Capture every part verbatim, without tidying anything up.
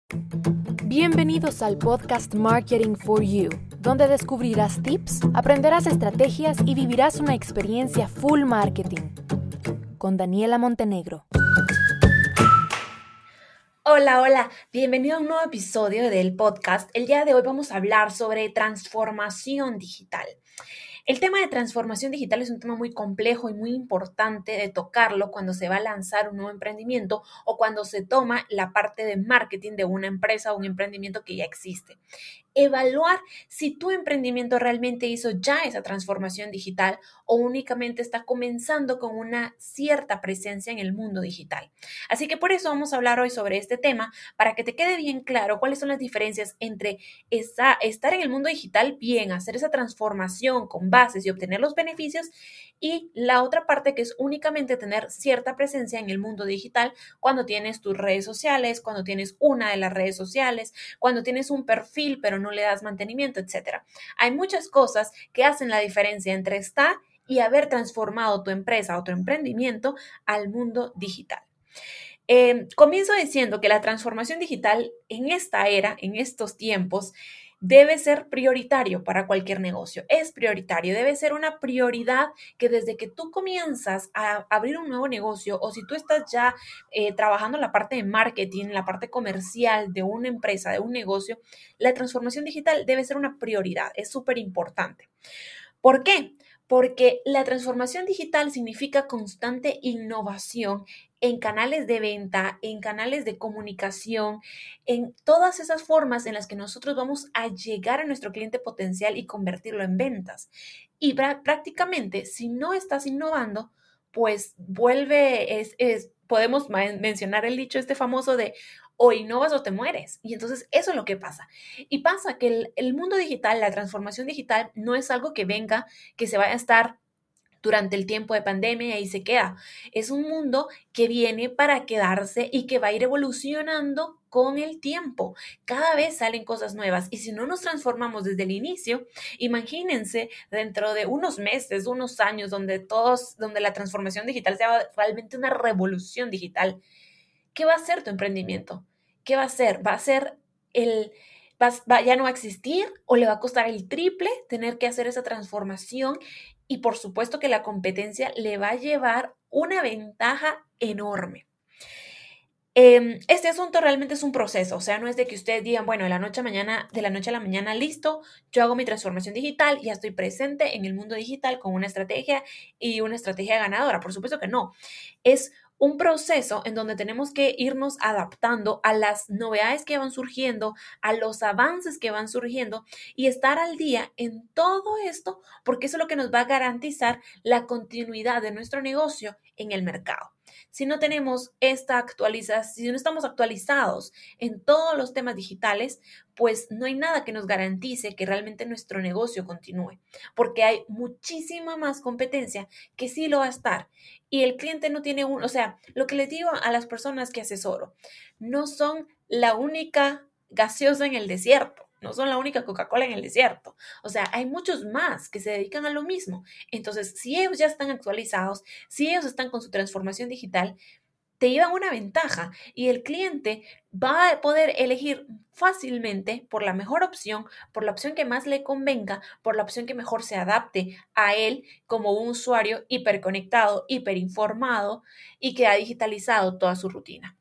Bienvenidos al podcast Marketing for You, donde descubrirás tips, aprenderás estrategias y vivirás una experiencia full marketing. Con Daniela Montenegro. Hola, hola, bienvenido a un nuevo episodio del podcast. El día de hoy vamos a hablar sobre transformación digital. El tema de transformación digital es un tema muy complejo y muy importante de tocarlo cuando se va a lanzar un nuevo emprendimiento o cuando se toma la parte de marketing de una empresa o un emprendimiento que ya existe. Evaluar si tu emprendimiento realmente hizo ya esa transformación digital o únicamente está comenzando con una cierta presencia en el mundo digital. Así que por eso vamos a hablar hoy sobre este tema para que te quede bien claro cuáles son las diferencias entre esa, estar en el mundo digital bien, hacer esa transformación con bases y obtener los beneficios, y la otra parte que es únicamente tener cierta presencia en el mundo digital cuando tienes tus redes sociales, cuando tienes una de las redes sociales, cuando tienes un perfil pero no le das mantenimiento, etcétera. Hay muchas cosas que hacen la diferencia entre estar y haber transformado tu empresa o tu emprendimiento al mundo digital. Eh, comienzo diciendo que la transformación digital en esta era, en estos tiempos, debe ser prioritario para cualquier negocio. Es prioritario, debe ser una prioridad que desde que tú comienzas a abrir un nuevo negocio o si tú estás ya eh, trabajando en la parte de marketing, la parte comercial de una empresa, de un negocio, la transformación digital debe ser una prioridad, es súper importante. ¿Por qué? Porque la transformación digital significa constante innovación en canales de venta, en canales de comunicación, en todas esas formas en las que nosotros vamos a llegar a nuestro cliente potencial y convertirlo en ventas. Y prácticamente, si no estás innovando, pues vuelve, es, es, podemos mencionar el dicho este famoso de o innovas o te mueres. Y entonces eso es lo que pasa. Y pasa que el, el mundo digital, la transformación digital, no es algo que venga, que se vaya a estar durante el tiempo de pandemia y se queda. Es un mundo que viene para quedarse y que va a ir evolucionando con el tiempo. Cada vez salen cosas nuevas y si no nos transformamos desde el inicio, imagínense dentro de unos meses, unos años donde todos, donde la transformación digital sea realmente una revolución digital. ¿Qué va a ser tu emprendimiento? ¿Qué va a ser? ¿Va a ser el, va, va, ya no va a existir o le va a costar el triple tener que hacer esa transformación? Y por supuesto que la competencia le va a llevar una ventaja enorme. Eh, este asunto realmente es un proceso, o sea, no es de que ustedes digan, bueno, de la noche a mañana, de la noche a la mañana, listo, yo hago mi transformación digital y ya estoy presente en el mundo digital con una estrategia y una estrategia ganadora. Por supuesto que no. Es un proceso en donde tenemos que irnos adaptando a las novedades que van surgiendo, a los avances que van surgiendo y estar al día en todo esto, porque eso es lo que nos va a garantizar la continuidad de nuestro negocio en el mercado. Si no tenemos esta actualización, si no estamos actualizados en todos los temas digitales, pues no hay nada que nos garantice que realmente nuestro negocio continúe, porque hay muchísima más competencia que sí lo va a estar. Y el cliente no tiene un, o sea, lo que les digo a las personas que asesoro, no son la única gaseosa en el desierto. No son la única Coca-Cola en el desierto. O sea, hay muchos más que se dedican a lo mismo. Entonces, si ellos ya están actualizados, si ellos están con su transformación digital, te llevan una ventaja y el cliente va a poder elegir fácilmente por la mejor opción, por la opción que más le convenga, por la opción que mejor se adapte a él como un usuario hiperconectado, hiperinformado y que ha digitalizado toda su rutina.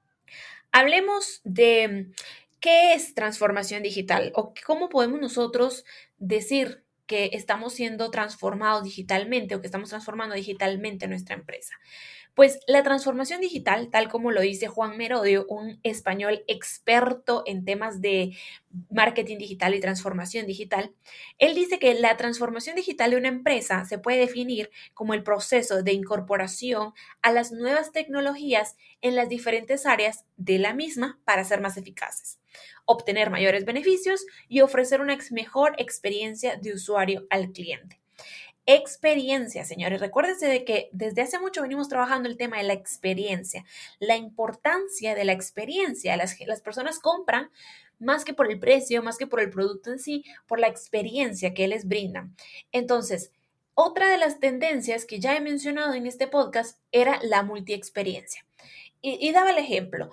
Hablemos de qué es transformación digital o cómo podemos nosotros decir que estamos siendo transformados digitalmente o que estamos transformando digitalmente nuestra empresa. Pues la transformación digital, tal como lo dice Juan Merodio, un español experto en temas de marketing digital y transformación digital, él dice que la transformación digital de una empresa se puede definir como el proceso de incorporación a las nuevas tecnologías en las diferentes áreas de la misma para ser más eficaces, obtener mayores beneficios y ofrecer una mejor experiencia de usuario al cliente. Experiencia, señores. Recuérdense de que desde hace mucho venimos trabajando el tema de la experiencia, la importancia de la experiencia. Las, las personas compran más que por el precio, más que por el producto en sí, por la experiencia que les brindan. Entonces, otra de las tendencias que ya he mencionado en este podcast era la multiexperiencia. Y, y daba el ejemplo.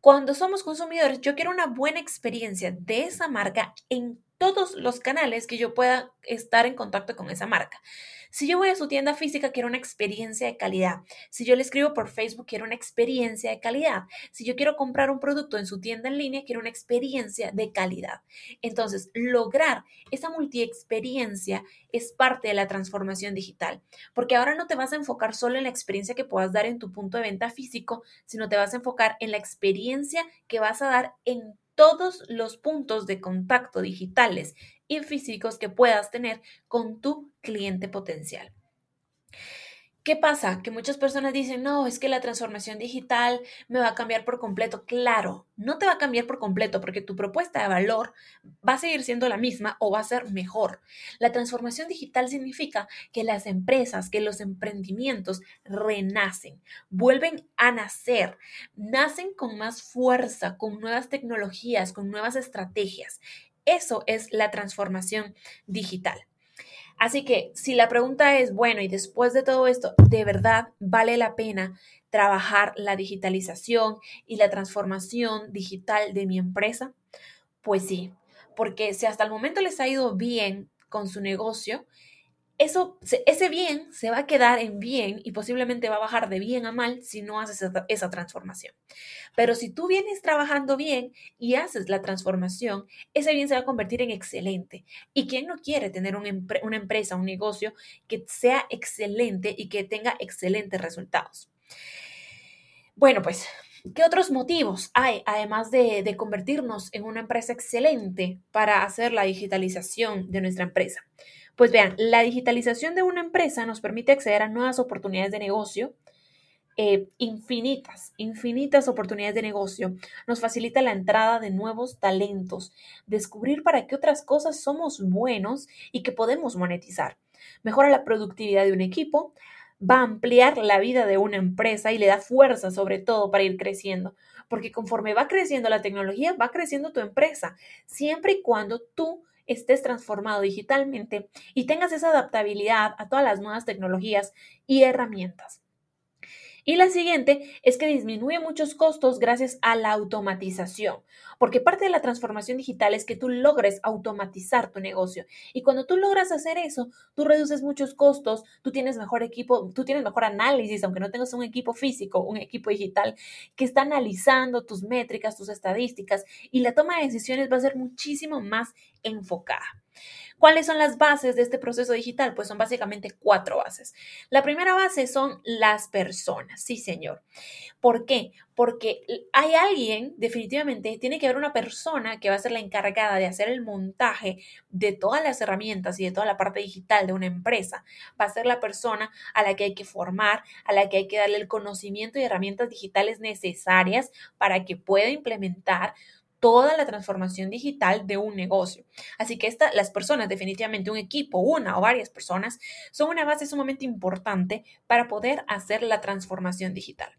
Cuando somos consumidores, yo quiero una buena experiencia de esa marca en todos los canales que yo pueda estar en contacto con esa marca. Si yo voy a su tienda física, quiero una experiencia de calidad. Si yo le escribo por Facebook, quiero una experiencia de calidad. Si yo quiero comprar un producto en su tienda en línea, quiero una experiencia de calidad. Entonces, lograr esa multiexperiencia es parte de la transformación digital, porque ahora no te vas a enfocar solo en la experiencia que puedas dar en tu punto de venta físico, sino te vas a enfocar en la experiencia que vas a dar en todos los puntos de contacto digitales y físicos que puedas tener con tu cliente potencial. ¿Qué pasa? Que muchas personas dicen, no, es que la transformación digital me va a cambiar por completo. Claro, no te va a cambiar por completo porque tu propuesta de valor va a seguir siendo la misma o va a ser mejor. La transformación digital significa que las empresas, que los emprendimientos renacen, vuelven a nacer, nacen con más fuerza, con nuevas tecnologías, con nuevas estrategias. Eso es la transformación digital. Así que si la pregunta es, bueno, y después de todo esto, ¿de verdad vale la pena trabajar la digitalización y la transformación digital de mi empresa? Pues sí, porque si hasta el momento les ha ido bien con su negocio, eso, ese bien se va a quedar en bien y posiblemente va a bajar de bien a mal si no haces esa, esa transformación. Pero si tú vienes trabajando bien y haces la transformación, ese bien se va a convertir en excelente. ¿Y quién no quiere tener un empre- una empresa, un negocio que sea excelente y que tenga excelentes resultados? Bueno, pues, ¿qué otros motivos hay, además de, de convertirnos en una empresa excelente para hacer la digitalización de nuestra empresa? Pues vean, la digitalización de una empresa nos permite acceder a nuevas oportunidades de negocio, eh, infinitas, infinitas oportunidades de negocio. Nos facilita la entrada de nuevos talentos, descubrir para qué otras cosas somos buenos y que podemos monetizar. Mejora la productividad de un equipo, va a ampliar la vida de una empresa y le da fuerza sobre todo para ir creciendo, porque conforme va creciendo la tecnología, va creciendo tu empresa, siempre y cuando tú estés transformado digitalmente y tengas esa adaptabilidad a todas las nuevas tecnologías y herramientas. Y la siguiente es que disminuye muchos costos gracias a la automatización, porque parte de la transformación digital es que tú logres automatizar tu negocio. Y cuando tú logras hacer eso, tú reduces muchos costos, tú tienes mejor equipo, tú tienes mejor análisis, aunque no tengas un equipo físico, un equipo digital que está analizando tus métricas, tus estadísticas, y la toma de decisiones va a ser muchísimo más enfocada. ¿Cuáles son las bases de este proceso digital? Pues son básicamente cuatro bases. La primera base son las personas, sí señor. ¿Por qué? Porque hay alguien, definitivamente, tiene que haber una persona que va a ser la encargada de hacer el montaje de todas las herramientas y de toda la parte digital de una empresa. Va a ser la persona a la que hay que formar, a la que hay que darle el conocimiento y herramientas digitales necesarias para que pueda implementar toda la transformación digital de un negocio. Así que esta, las personas, definitivamente un equipo, una o varias personas, son una base sumamente importante para poder hacer la transformación digital.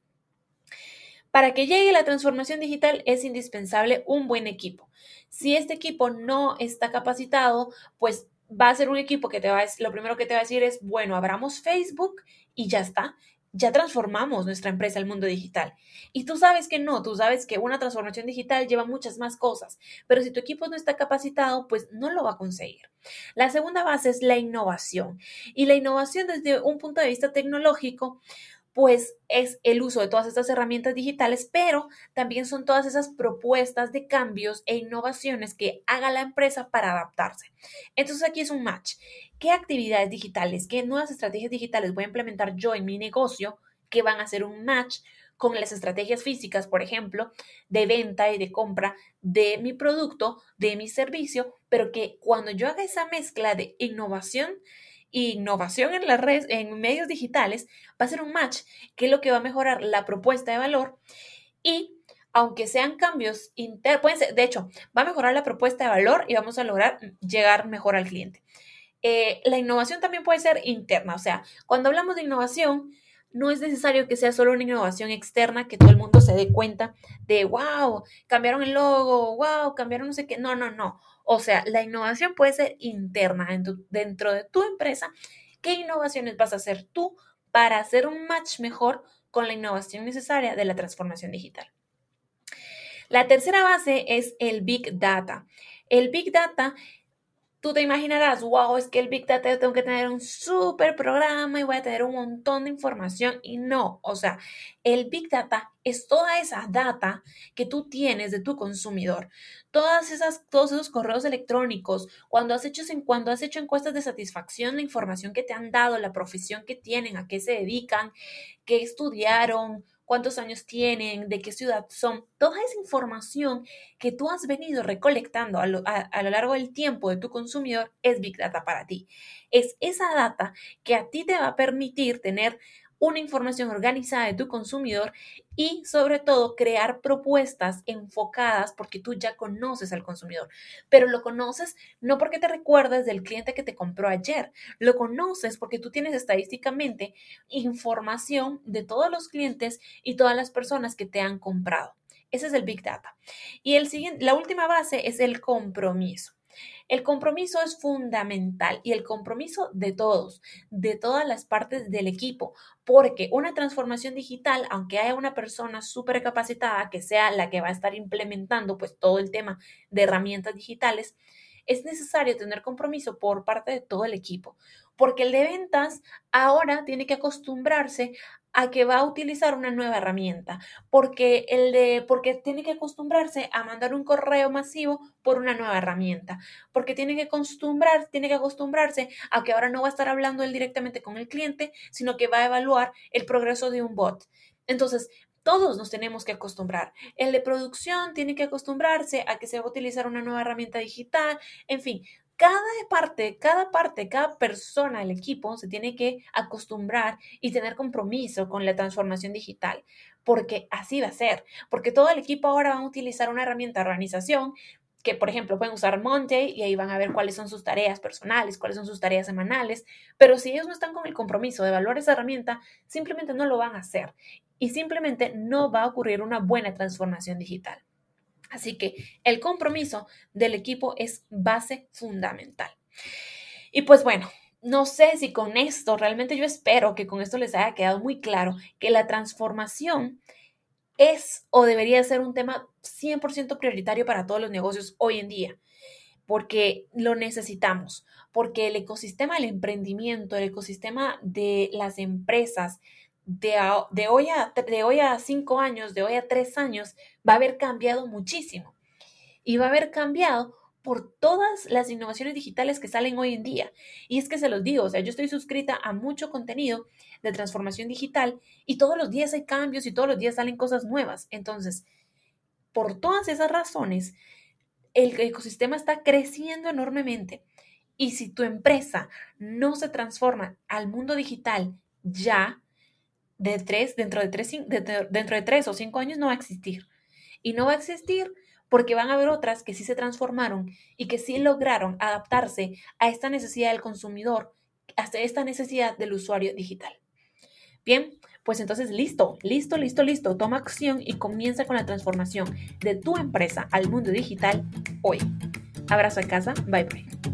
Para que llegue la transformación digital es indispensable un buen equipo. Si este equipo no está capacitado, pues va a ser un equipo que te va a, lo primero que te va a decir es, bueno, abramos Facebook y ya está. Ya transformamos nuestra empresa al mundo digital. Y tú sabes que no, tú sabes que una transformación digital lleva muchas más cosas, pero si tu equipo no está capacitado, pues no lo va a conseguir. La segunda base es la innovación. Y la innovación desde un punto de vista tecnológico, pues es el uso de todas estas herramientas digitales, pero también son todas esas propuestas de cambios e innovaciones que haga la empresa para adaptarse. Entonces aquí es un match. ¿Qué actividades digitales, qué nuevas estrategias digitales voy a implementar yo en mi negocio que van a hacer un match con las estrategias físicas, por ejemplo, de venta y de compra de mi producto, de mi servicio, pero que cuando yo haga esa mezcla de innovación innovación en las redes, en medios digitales, va a ser un match, que es lo que va a mejorar la propuesta de valor y aunque sean cambios internos, pueden ser, de hecho, va a mejorar la propuesta de valor y vamos a lograr llegar mejor al cliente. Eh, la innovación también puede ser interna, o sea, cuando hablamos de innovación, no es necesario que sea solo una innovación externa, que todo el mundo se dé cuenta de, wow, cambiaron el logo, wow, cambiaron no sé qué. No, no, no. O sea, la innovación puede ser interna dentro de tu empresa. ¿Qué innovaciones vas a hacer tú para hacer un match mejor con la innovación necesaria de la transformación digital? La tercera base es el Big Data. El Big Data, tú te imaginarás, wow, es que el Big Data yo tengo que tener un súper programa y voy a tener un montón de información. Y no, o sea, el Big Data es toda esa data que tú tienes de tu consumidor. Todas esas, todos esos correos electrónicos, cuando has hecho, cuando has hecho encuestas de satisfacción, la información que te han dado, la profesión que tienen, a qué se dedican, qué estudiaron, cuántos años tienen, de qué ciudad son, toda esa información que tú has venido recolectando a lo, a, a lo largo del tiempo de tu consumidor es Big Data para ti. Es esa data que a ti te va a permitir tener una información organizada de tu consumidor y sobre todo crear propuestas enfocadas porque tú ya conoces al consumidor, pero lo conoces no porque te recuerdas del cliente que te compró ayer, lo conoces porque tú tienes estadísticamente información de todos los clientes y todas las personas que te han comprado. Ese es el Big Data. Y el siguiente, la última base es el compromiso. El compromiso es fundamental y el compromiso de todos, de todas las partes del equipo, porque una transformación digital, aunque haya una persona súper capacitada que sea la que va a estar implementando pues todo el tema de herramientas digitales, es necesario tener compromiso por parte de todo el equipo, porque el de ventas ahora tiene que acostumbrarse a que va a utilizar una nueva herramienta, porque el de porque tiene que acostumbrarse a mandar un correo masivo por una nueva herramienta, porque tiene que acostumbrar, tiene que acostumbrarse a que ahora no va a estar hablando él directamente con el cliente, sino que va a evaluar el progreso de un bot. Entonces, todos nos tenemos que acostumbrar. El de producción tiene que acostumbrarse a que se va a utilizar una nueva herramienta digital. En fin, cada parte, cada parte, cada persona del equipo se tiene que acostumbrar y tener compromiso con la transformación digital, porque así va a ser, porque todo el equipo ahora va a utilizar una herramienta de organización que, por ejemplo, pueden usar Monday y ahí van a ver cuáles son sus tareas personales, cuáles son sus tareas semanales, pero si ellos no están con el compromiso de evaluar esa herramienta, simplemente no lo van a hacer y simplemente no va a ocurrir una buena transformación digital. Así que el compromiso del equipo es base fundamental. Y pues bueno, no sé si con esto, realmente yo espero que con esto les haya quedado muy claro que la transformación es o debería ser un tema cien por ciento prioritario para todos los negocios hoy en día, porque lo necesitamos, porque el ecosistema del emprendimiento, el ecosistema de las empresas, de, a, de, hoy a, de hoy a cinco años, de hoy a tres años, va a haber cambiado muchísimo. Y va a haber cambiado por todas las innovaciones digitales que salen hoy en día. Y es que se los digo, o sea, yo estoy suscrita a mucho contenido de transformación digital y todos los días hay cambios y todos los días salen cosas nuevas. Entonces, por todas esas razones, el ecosistema está creciendo enormemente. Y si tu empresa no se transforma al mundo digital ya, de tres, dentro de tres, de, dentro de tres o cinco años no va a existir. Y no va a existir porque van a haber otras que sí se transformaron y que sí lograron adaptarse a esta necesidad del consumidor, a esta necesidad del usuario digital. Bien, pues entonces listo, listo, listo, listo. Toma acción y comienza con la transformación de tu empresa al mundo digital hoy. Abrazo a casa, bye bye.